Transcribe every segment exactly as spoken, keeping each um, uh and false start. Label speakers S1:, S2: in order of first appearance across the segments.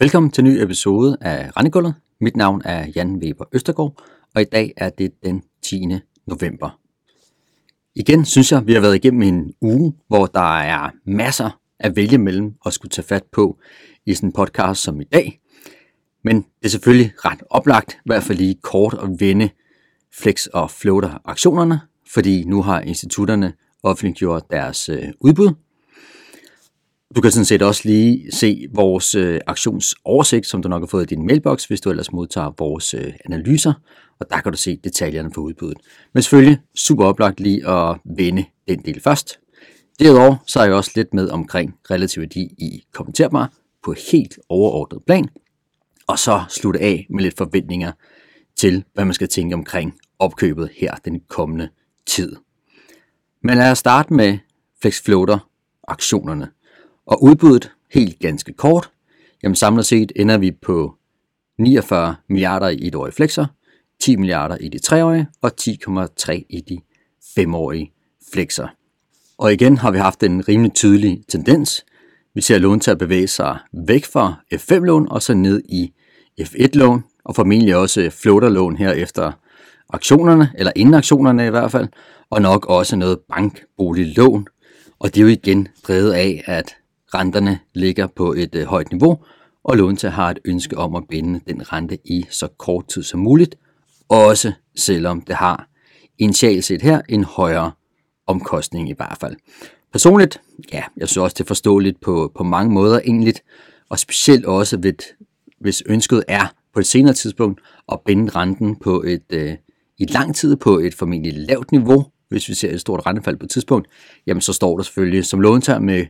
S1: Velkommen til en ny episode af Rentegulvet. Mit navn er Jan Weber Østergaard, og i dag er det den tiende november. Igen synes jeg, vi har været igennem en uge, hvor der er masser at vælge mellem at skulle tage fat på i sådan en podcast som i dag. Men det er selvfølgelig ret oplagt, i hvert fald lige kort at vende flex- og floater-aktionerne, fordi nu har institutterne offentliggjort deres øh, udbud. Du kan sådan set også lige se vores øh, aktionsoversigt, som du nok har fået i din mailbox, hvis du ellers modtager vores øh, analyser, og der kan du se detaljerne for udbuddet. Men selvfølgelig super oplagt lige at vende den del først. Derudover så er jeg også lidt med omkring relativ værdi i kommenterbar på helt overordnet plan, og så slutte af med lidt forventninger til, hvad man skal tænke omkring opkøbet her den kommende tid. Men lad os starte med flex floater aktionerne. Og udbuddet, helt ganske kort, jamen samlet set ender vi på niogfyrre milliarder i etårige flexer, ti milliarder i de treårige og ti komma tre i de femårige flexer. Og igen har vi haft en rimelig tydelig tendens. Vi ser låntager bevæge sig væk fra F fem lån og så ned i F et lån, og formentlig også floaterlån her efter aktionerne, eller inden aktionerne i hvert fald, og nok også noget bankboliglån. Og det er jo igen drevet af, at renterne ligger på et øh, højt niveau, og låntager har et ønske om at binde den rente i så kort tid som muligt, også selvom det har initialt set her en højere omkostning i hvert fald. Personligt, ja, jeg synes også det er forståeligt på, på mange måder egentlig, og specielt også ved, hvis ønsket er på et senere tidspunkt at binde renten på et, øh, i lang tid på et formentlig lavt niveau. Hvis vi ser et stort rentefald på et tidspunkt, jamen så står der selvfølgelig som låntager med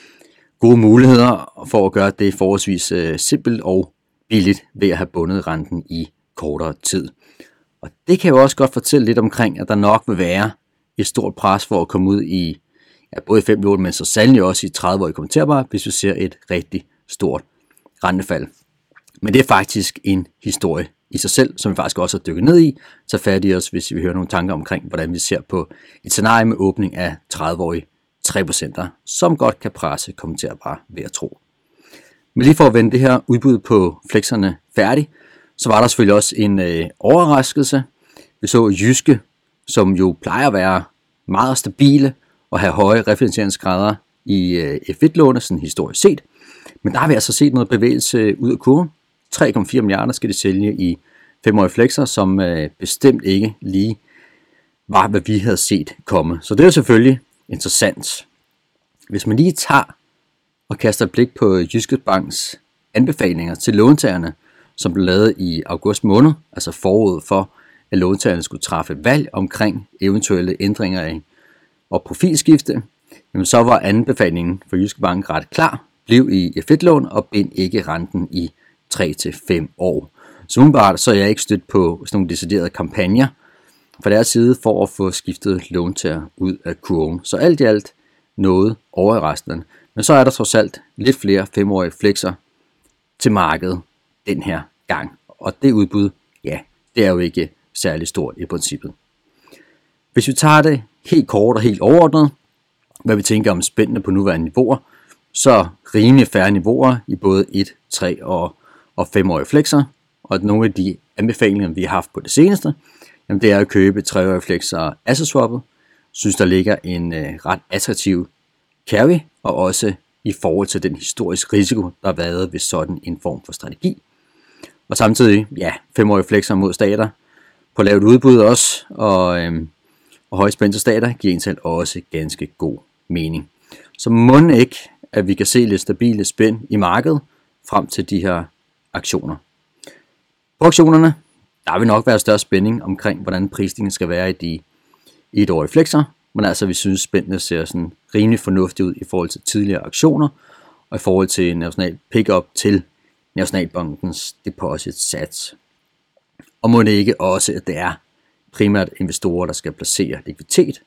S1: gode muligheder for at gøre det forholdsvis øh, simpelt og billigt ved at have bundet renten i kortere tid. Og det kan jo også godt fortælle lidt omkring, at der nok vil være et stort pres for at komme ud i ja, både fem lån, men så sandelig også i tredive-årige kommenterbare, hvis vi ser et rigtig stort rentefald. Men det er faktisk en historie i sig selv, som vi faktisk også har dykket ned i, så fat i os, hvis vi hører nogle tanker omkring, hvordan vi ser på et scenarie med åbning af tredive-årige tre procenter, som godt kan presse kommenterbare ved at tro. Men lige for at vende det her udbud på flexerne færdig, så var der selvfølgelig også en øh, overraskelse. Vi så Jyske, som jo plejer at være meget stabile og have høje refinansieringsgrader i øh, F et låne, sådan historisk set. Men der har vi altså set noget bevægelse ud af kurven. tre komma fire milliarder skal de sælge i femårige flexer, som øh, bestemt ikke lige var, hvad vi havde set komme. Så det er jo selvfølgelig interessant. Hvis man lige tager og kaster et blik på Jyske Banks anbefalinger til låntagerne, som blev lavet i august måned, altså forud for, at låntagerne skulle træffe et valg omkring eventuelle ændringer af og profilskifte, jamen så var anbefalingen for Jyske Bank ret klar. Bliv i F et lån og bind ikke renten i tre til fem år. Så umiddelbart så er jeg ikke stødt på sådan nogle deciderede kampagner fra deres side for at få skiftet låntager ud af kurven. Så alt i alt noget overraskende. Men så er der trods alt lidt flere femårige flexer til markedet den her gang. Og det udbud, ja, det er jo ikke særlig stort i princippet. Hvis vi tager det helt kort og helt overordnet, hvad vi tænker om spændende på nuværende niveauer, så rimelig færre niveauer i både et, tre og, og femårige flexer. Og nogle af de anbefalinger, vi har haft på det seneste, jamen det er at købe treårige flexer asset-swappet. Synes, der ligger en øh, ret attraktiv carry, og også i forhold til den historiske risiko, der har været ved sådan en form for strategi. Og samtidig, ja, femårige flexer mod stater på lavt udbud også, og, øhm, og højspændte stater giver indtil også ganske god mening. Så må ikke, at vi kan se lidt stabile spænd i markedet frem til de her aktioner. På aktionerne, der vil nok være større spænding omkring, hvordan prisningen skal være i de etårige flexer, men altså vi synes spændende ser sådan rimelig fornuftigt ud i forhold til tidligere aktioner, og i forhold til national pick-up til Nationalbankens deposit sats. Og må det ikke også, at det er primært investorer, der skal placere likviditet,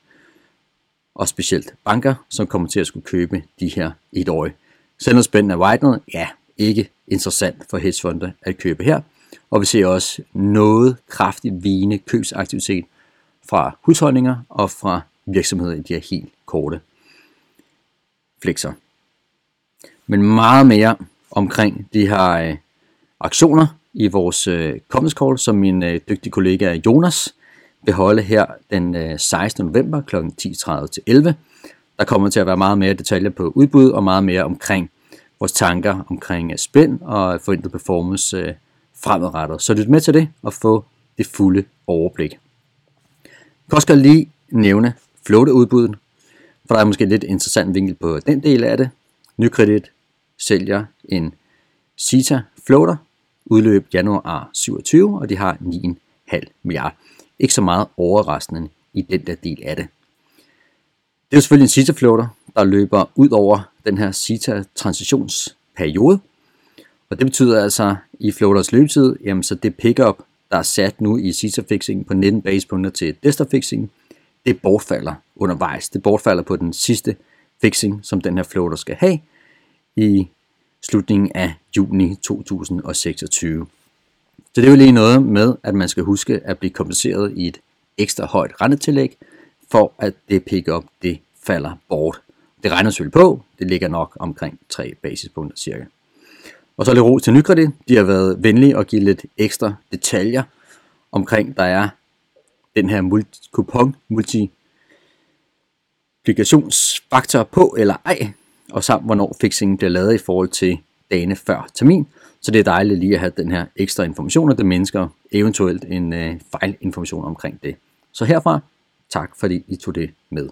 S1: og specielt banker, som kommer til at skulle købe de her etårige. Selvom spændende er widenet, ja, ikke interessant for hedgefonde at købe her. Og vi ser også noget kraftigt vigende købsaktivitet fra husholdninger og fra virksomheder i de her helt korte flexer. Men meget mere omkring de her øh, aktioner i vores øh, Comments Call, som min øh, dygtige kollega Jonas vil holde her den øh, sekstende november kl. ti tredive til elleve. Der kommer til at være meget mere detaljer på udbud og meget mere omkring vores tanker omkring spænd og forventet performance øh, fremadrettet. Så lyt med til det og få det fulde overblik. Jeg kan også godt lige nævne floaterudbuddet, for der er måske lidt interessant vinkel på den del af det. Nykredit sælger en SITA floater, udløb januar syvogtyve, og de har ni komma fem milliarder. Ikke så meget overraskende i den der del af det. Det er jo selvfølgelig en SITA floater, der løber ud over den her SITA transitionsperiode. Og det betyder altså i floaters løbetid, jamen så det pickup, der er sat nu i SITA fixingen på nitten basepunkter til Desktop fixingen, det bortfalder undervejs. Det bortfalder på den sidste fixing, som den her floater skal have i slutningen af juni to tusind og seksogtyve. Så det er jo lige noget med, at man skal huske at blive kompenseret i et ekstra højt rentetillæg, for at det pickup det falder bort. Det regner selvfølgelig på, det ligger nok omkring tre basispunkter cirka. Og så lidt ro til Nykredit. De har været venlige og give lidt ekstra detaljer omkring, der er den her multi- kupon multiplikationsfaktor på eller ej, og samt hvornår fixingen bliver lavet i forhold til dagene før termin. Så det er dejligt lige at have den her ekstra information, og det mindsker eventuelt en øh, fejlinformation omkring det. Så herfra, tak fordi I tog det med.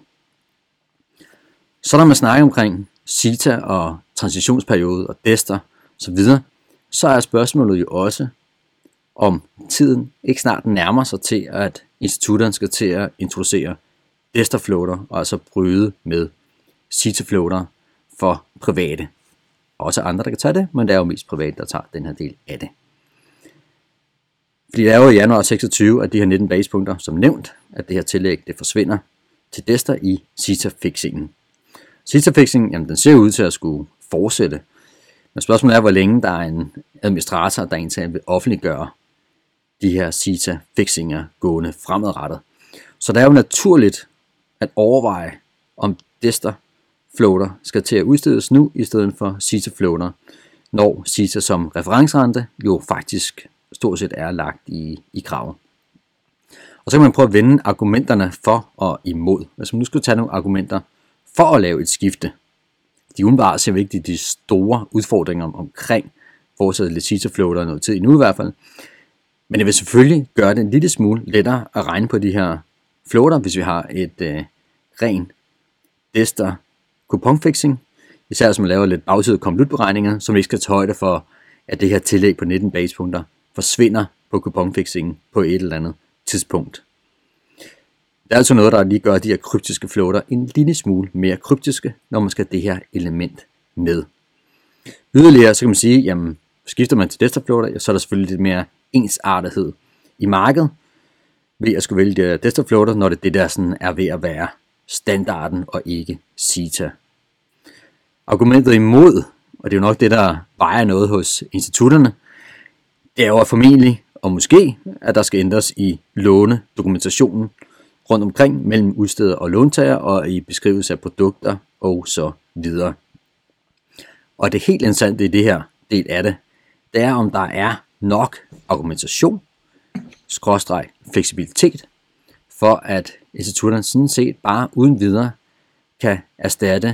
S1: Så når man snakker omkring SITA og transitionsperiode og dester så videre, så er spørgsmålet jo også, om tiden ikke snart nærmer sig til, at institutterne skal til at introducere Desktop floater, og altså bryde med SITA floater for private. Også andre, der kan tage det, men det er jo mest private, der tager den her del af det. Fordi det er jo i januar seksogtyve, at de her nitten basepunkter, som nævnt, at det her tillæg det forsvinder til Dester i SITA-fixingen. SITA-fixingen, jamen den ser ud til at skulle fortsætte. Men spørgsmålet er, hvor længe der er en administrator, der egentlig vil offentliggøre de her SITA-fixinger gående fremadrettet. Så det er jo naturligt at overveje, om Dester floater skal til at udstedes nu, i stedet for SITA floater, når SITA som referencerente jo faktisk stort set er lagt i, i kraven. Og så kan man prøve at vende argumenterne for og imod. Hvis man nu skulle tage nogle argumenter for at lave et skifte, de umiddelbart ser vigtigt de store udfordringer omkring fortsat lidt SITA floater noget tid endnu i hvert fald. Men det vil selvfølgelig gøre det en lille smule lettere at regne på de her floater, hvis vi har et øh, ren Dester kuponfixing, især hvis man laver lidt bagside konvolutberegninger, som ikke skal tage højde for, at det her tillæg på nitten basepunkter forsvinder på kuponfixingen på et eller andet tidspunkt. Det er altså noget, der lige gør de her kryptiske floater en lille smule mere kryptiske, når man skal have det her element med. Yderligere så kan man sige, jamen skifter man til Desktop floater, så er der selvfølgelig lidt mere ensartethed i markedet ved at skulle vælge Desktop floater, når det, det der sådan er ved at være standarden og ikke SITA. Argumentet imod, og det er jo nok det, der vejer noget hos institutterne, det er jo formentlig og måske, at der skal ændres i lånedokumentationen rundt omkring mellem udsteder og låntager og i beskrivelse af produkter og så videre. Og det helt interessante i det her del af det, det er om der er nok argumentation, skråstreg fleksibilitet, for at institutterne sådan set bare uden videre kan erstatte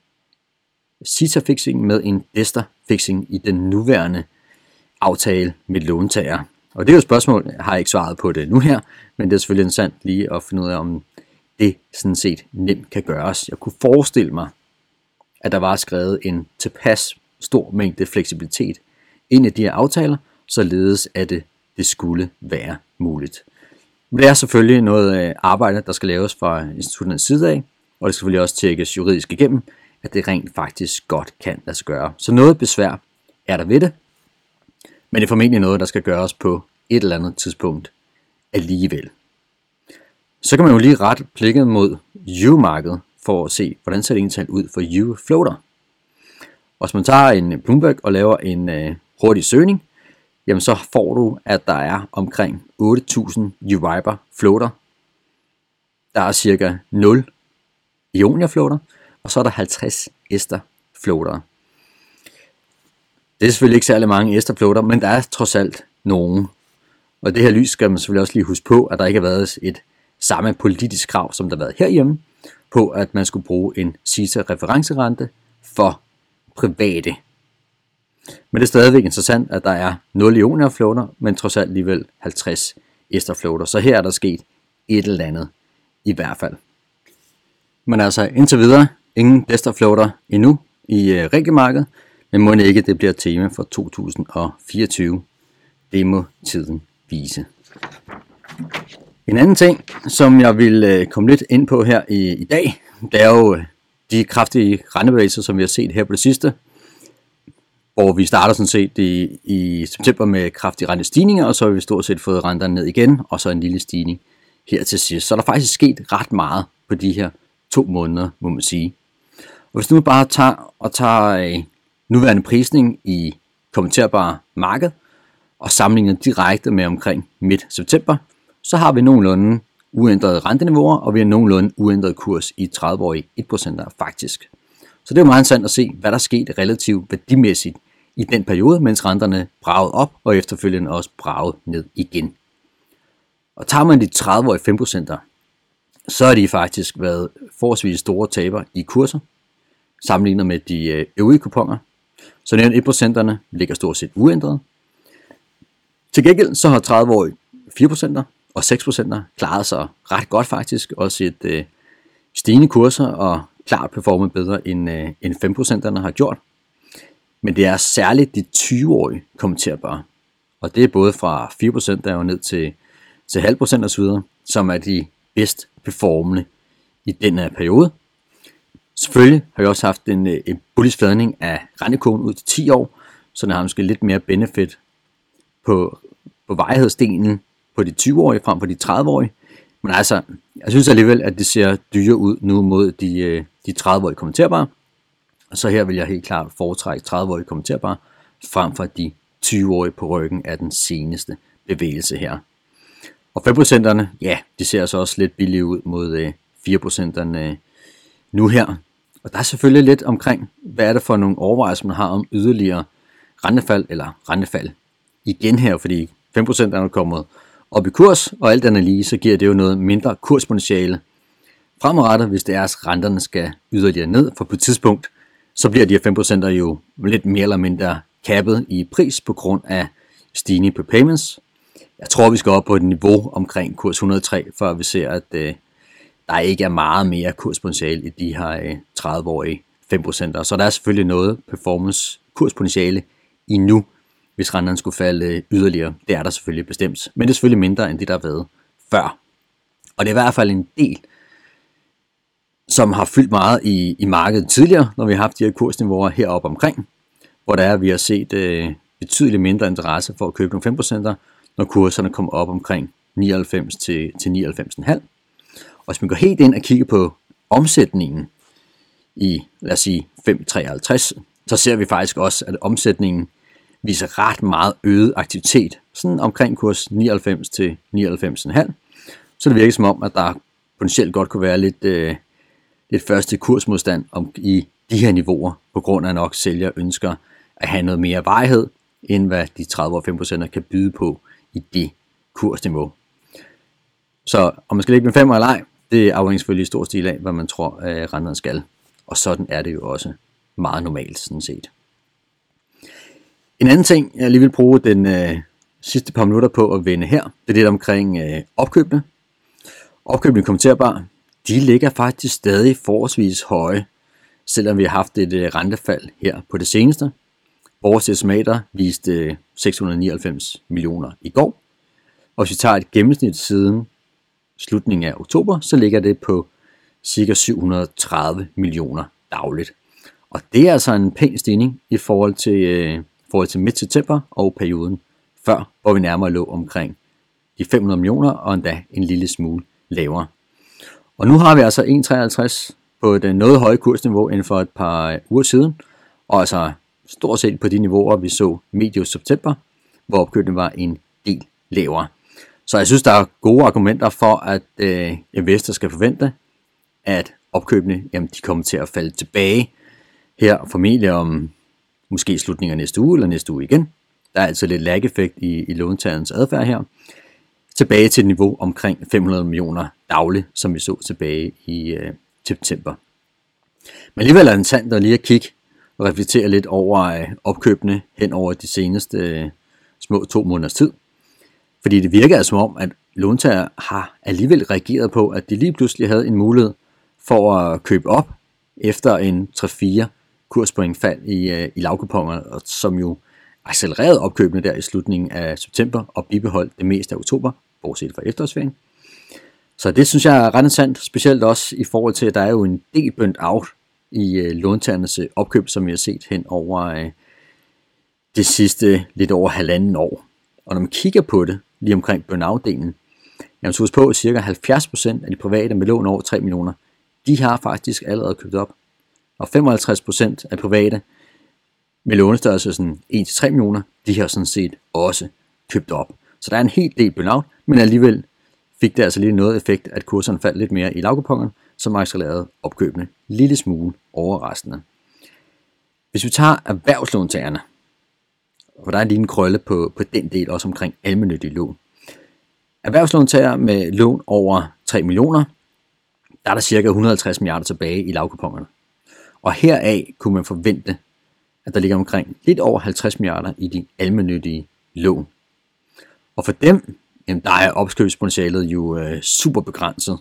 S1: SITA-fixing med en Dester-fixing i den nuværende aftale med låntager. Og det er jo et spørgsmål, jeg har ikke svaret på det nu her, men det er selvfølgelig interessant lige at finde ud af, om det sådan set nemt kan gøres. Jeg kunne forestille mig, at der var skrevet en tilpas stor mængde fleksibilitet ind i de her aftaler, således at det, det skulle være muligt. Men det er selvfølgelig noget arbejde, der skal laves fra institutternes side af, og det skal selvfølgelig også tjekkes juridisk igennem, at det rent faktisk godt kan lade sig gøre. Så noget besvær er der ved det, men det er formentlig noget, der skal gøres på et eller andet tidspunkt alligevel. Så kan man jo lige rette blikket mod Euro-markedet for at se, hvordan ser det egentlig ud for Euro-floater. Og hvis man tager en Bloomberg og laver en øh, hurtig søgning, jamen så får du, at der er omkring otte tusind Euribor floater. Der er cirka nul Ionia floater, og så er der halvtreds Ester floater. Det er selvfølgelig ikke særlig mange Ester-floater, men der er trods alt nogen. Og det her lys skal man selvfølgelig også lige huske på, at der ikke har været et samme politisk krav, som der har været herhjemme, på at man skulle bruge en C I T A-referencerente for private. Men det er stadigvæk interessant, at der er nul ioner-floater, men trods alt alligevel halvtreds Ester-floater. Så her er der sket et eller andet i hvert fald. Men altså indtil videre, ingen Ester-floater endnu i øh, regelmarkedet, men må ikke det bliver tema for to tusind fireogtyve. Det må tiden vise. En anden ting, som jeg vil øh, komme lidt ind på her i, i dag, det er jo de kraftige rentebevægelser, som vi har set her på det sidste, hvor vi starter sådan set i, i september med kraftige rentestigninger, og så har vi stort set fået renterne ned igen, og så en lille stigning her til sidst. Så der er faktisk sket ret meget på de her to måneder, må man sige. Og hvis nu bare tager og tager øh, nuværende prisning i kommenterbare marked, og sammenligner direkte med omkring midt september, så har vi nogenlunde uændrede renteniveauer, og vi har nogenlunde uændret kurs i tredive-årige et procent faktisk. Så det er jo meget interessant at se, hvad der skete relativt værdimæssigt i den periode, mens renterne bragede op, og efterfølgende også bragede ned igen. Og tager man de tredive-årige fem procent, så har de faktisk været forholdsvis store taber i kurser, sammenlignet med de øvrige kuponer. Så nævnt et procent ligger stort set uændret. Til gengæld så har tredive-årige fire procent og seks procent klaret sig ret godt faktisk, også et øh, stigende kurser og klart performet bedre end, øh, end fem procent har gjort. Men det er særligt de tyve-årige kommenterbare, og det er både fra fire procent der er jo ned til, til halv procent osv., som er de bedst performende i den her periode. Selvfølgelig har vi også haft en, en bullish fladning af rentekurven ud til ti år, så den har måske lidt mere benefit på, på varighedsdelen på de tyve-årige frem for de tredive-årige. Men altså, jeg synes alligevel, at det ser dyre ud nu mod de, de tredive-årige kommenterbare. Og så her vil jeg helt klart foretrække tredive-årige kommenterbare frem for de tyve-årige på ryggen af den seneste bevægelse her. Og fem procent, ja, de ser altså også lidt billige ud mod fire procent nu her. Og der er selvfølgelig lidt omkring, hvad er det for nogle overvejelser, man har om yderligere rentefald eller rentefald igen her, fordi fem procent er nu kommet op i kurs, og alt andet lige, så giver det jo noget mindre kurspotentiale fremadrettet, hvis det er, at renterne skal yderligere ned, for på et tidspunkt, så bliver de her fem procent jo lidt mere eller mindre kappet i pris på grund af stigning på payments. Jeg tror, vi skal op på et niveau omkring kurs et hundrede og tre, før vi ser, at øh, der ikke er meget mere kurspotentiale i de her øh, tredive-årige fem procent. Så der er selvfølgelig noget performance kurspotentiale i nu, hvis renterne skulle falde yderligere. Det er der selvfølgelig bestemt, men det er selvfølgelig mindre end det, der har været før. Og det er i hvert fald en del, som har fyldt meget i, i markedet tidligere, når vi har haft de her kursniveauer heroppe omkring, hvor der er, vi har set øh, betydeligt mindre interesse for at købe nogle fem procent, når kurserne kommer op omkring nioghalvfems til nioghalvfems komma fem. Og hvis man går helt ind og kigger på omsætningen i, lad os sige, fem komma treoghalvtreds, så ser vi faktisk også, at omsætningen viser ret meget øget aktivitet, sådan omkring kurs nioghalvfems til nioghalvfems komma fem. Så det virker som om, at der potentielt godt kunne være lidt, øh, lidt første kursmodstand om, i de her niveauer, på grund af nok sælger ønsker at have noget mere varighed, end hvad de tredive og fem procent kan byde på i det kursniveau. Så om man skal ligge med fem eller ej, det afhænger selvfølgelig i stor stil af, hvad man tror, at renterne skal. Og sådan er det jo også meget normalt sådan set. En anden ting, jeg lige vil bruge den øh, sidste par minutter på at vende her, det er det omkring øh, opkøbene. Opkøbene kommenterbare, de ligger faktisk stadig forholdsvis høje, selvom vi har haft et øh, rentefald her på det seneste. Vores estimater viste øh, seks hundrede og nioghalvfems millioner i går. Og hvis vi tager et gennemsnit siden slutningen af oktober, så ligger det på ca. syv hundrede og tredive millioner dagligt. Og det er altså en pæn stigning i forhold til, øh, forhold til midt september og perioden før, hvor vi nærmere lå omkring de fem hundrede millioner og endda en lille smule lavere. Og nu har vi altså en komma treoghalvtreds på et noget højere kursniveau end for et par uger siden, og altså stort set på de niveauer, vi så medio september, hvor opkøbene var en del lavere. Så jeg synes, der er gode argumenter for, at øh, investorer skal forvente, at opkøbene jamen, de kommer til at falde tilbage her formentlig om måske i slutningen af næste uge eller næste uge igen. Der er altså lidt lag-effekt i, i låntagerens adfærd her. Tilbage til et niveau omkring fem hundrede millioner dagligt, som vi så tilbage i øh, september. Men alligevel er det interessant at lige at kigge og reflektere lidt over øh, opkøbene hen over de seneste øh, små to måneders tid. Fordi det virker altså som om, at låntager har alligevel reageret på, at de lige pludselig havde en mulighed for at købe op efter en tre fire kurspoint fald i, øh, i lavkuponer, som jo accelererede opkøbene der i slutningen af september og bibeholdt det meste af oktober, bortset fra efterårsferien. Så det synes jeg er ret interessant, specielt også i forhold til, at der er jo en del burnt out i øh, låntagernes opkøb, som vi har set hen over øh, det sidste lidt over halvanden år. Og når man kigger på det, lige omkring burnout-delen, jamen så husk på, at ca. halvfjerds procent af de private med lån over tre millioner, de har faktisk allerede købt op. Og femoghalvtreds procent af private med lånestørrelse sådan en til tre millioner, de har sådan set også købt op. Så der er en hel del burnout, men alligevel fik det altså lige noget effekt, at kurserne faldt lidt mere i lavkuponerne, som accelererede opkøbene lille smule overraskende. Hvis vi tager erhvervslåntagerne, og der er lige en krølle på, på den del også omkring almennyttige lån. Erhvervslåntager med lån over tre millioner, der er der cirka et hundrede og halvtreds milliarder tilbage i lavkuponerne. Og heraf kunne man forvente, at der ligger omkring lidt over halvtreds milliarder i de almennyttige lån. Og for dem, jamen der er opkøbspotentialet jo øh, super begrænset.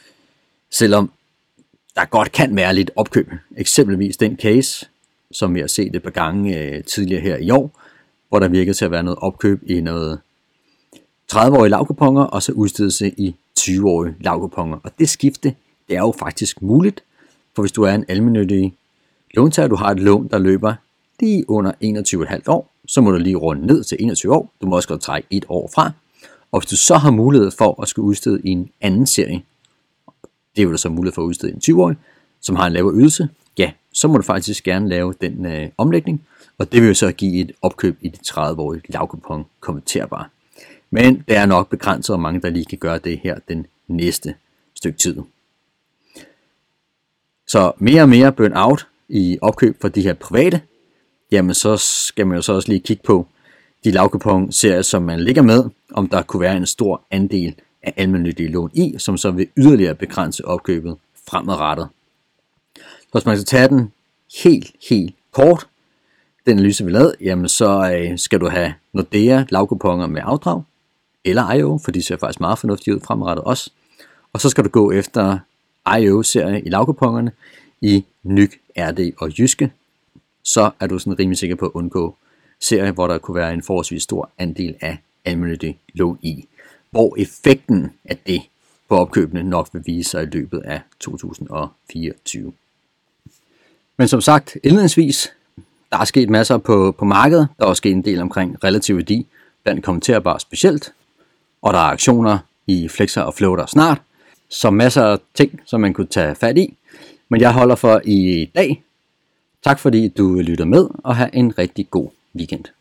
S1: Selvom der godt kan være lidt opkøb. Eksempelvis den case, som vi har set et par gange øh, tidligere her i år, hvor der virkede til at være noget opkøb i noget tredive-årige lavkuponer, og så udstedelse i tyve-årige lavkuponer. Og det skifte, det er jo faktisk muligt, for hvis du er en almennyttig låntager, du har et lån, der løber lige under enogtyve komma fem år, så må du lige runde ned til enogtyve år. Du må også godt trække et år fra. Og hvis du så har mulighed for at skulle udstede i en anden serie, det er jo der så mulighed for at udstede i en tyve-årig, som har en lavere ydelse, ja, så må du faktisk gerne lave den øh, omlægning, og det vil jo så give et opkøb i de tredive-årige lavkupon konverterbare. Men det er nok begrænset, hvor mange der lige kan gøre det her den næste stykke tid. Så mere og mere burn-out i opkøb for de her private, jamen så skal man jo så også lige kigge på de lavkupon-serier, som man ligger med, om der kunne være en stor andel af almennyttige lån i, som så vil yderligere begrænse opkøbet fremadrettet. Så hvis man skal tage den helt, helt kort, den analyse vi lavede, jamen så øh, skal du have Nordea lavkuponer med afdrag, eller I O, for de ser faktisk meget fornuftigt ud fremadrettet også. Og så skal du gå efter I O-serie i lavkuponerne i Nyk, R D og Jyske. Så er du sådan rimelig sikker på at undgå serier, hvor der kunne være en forholdsvis stor andel af almennyttige lån i. Hvor effekten af det på opkøbene nok vil vise sig i løbet af to tusind og fireogtyve. Men som sagt, indledningsvis, der er sket masser på, på markedet. Der er også sket en del omkring relativ værdi blandt kommenterbare specielt. Og der er aktioner i Flexer og Floater snart. Så masser af ting, som man kunne tage fat i. Men jeg holder for i dag. Tak fordi du lyttede med, og have en rigtig god weekend.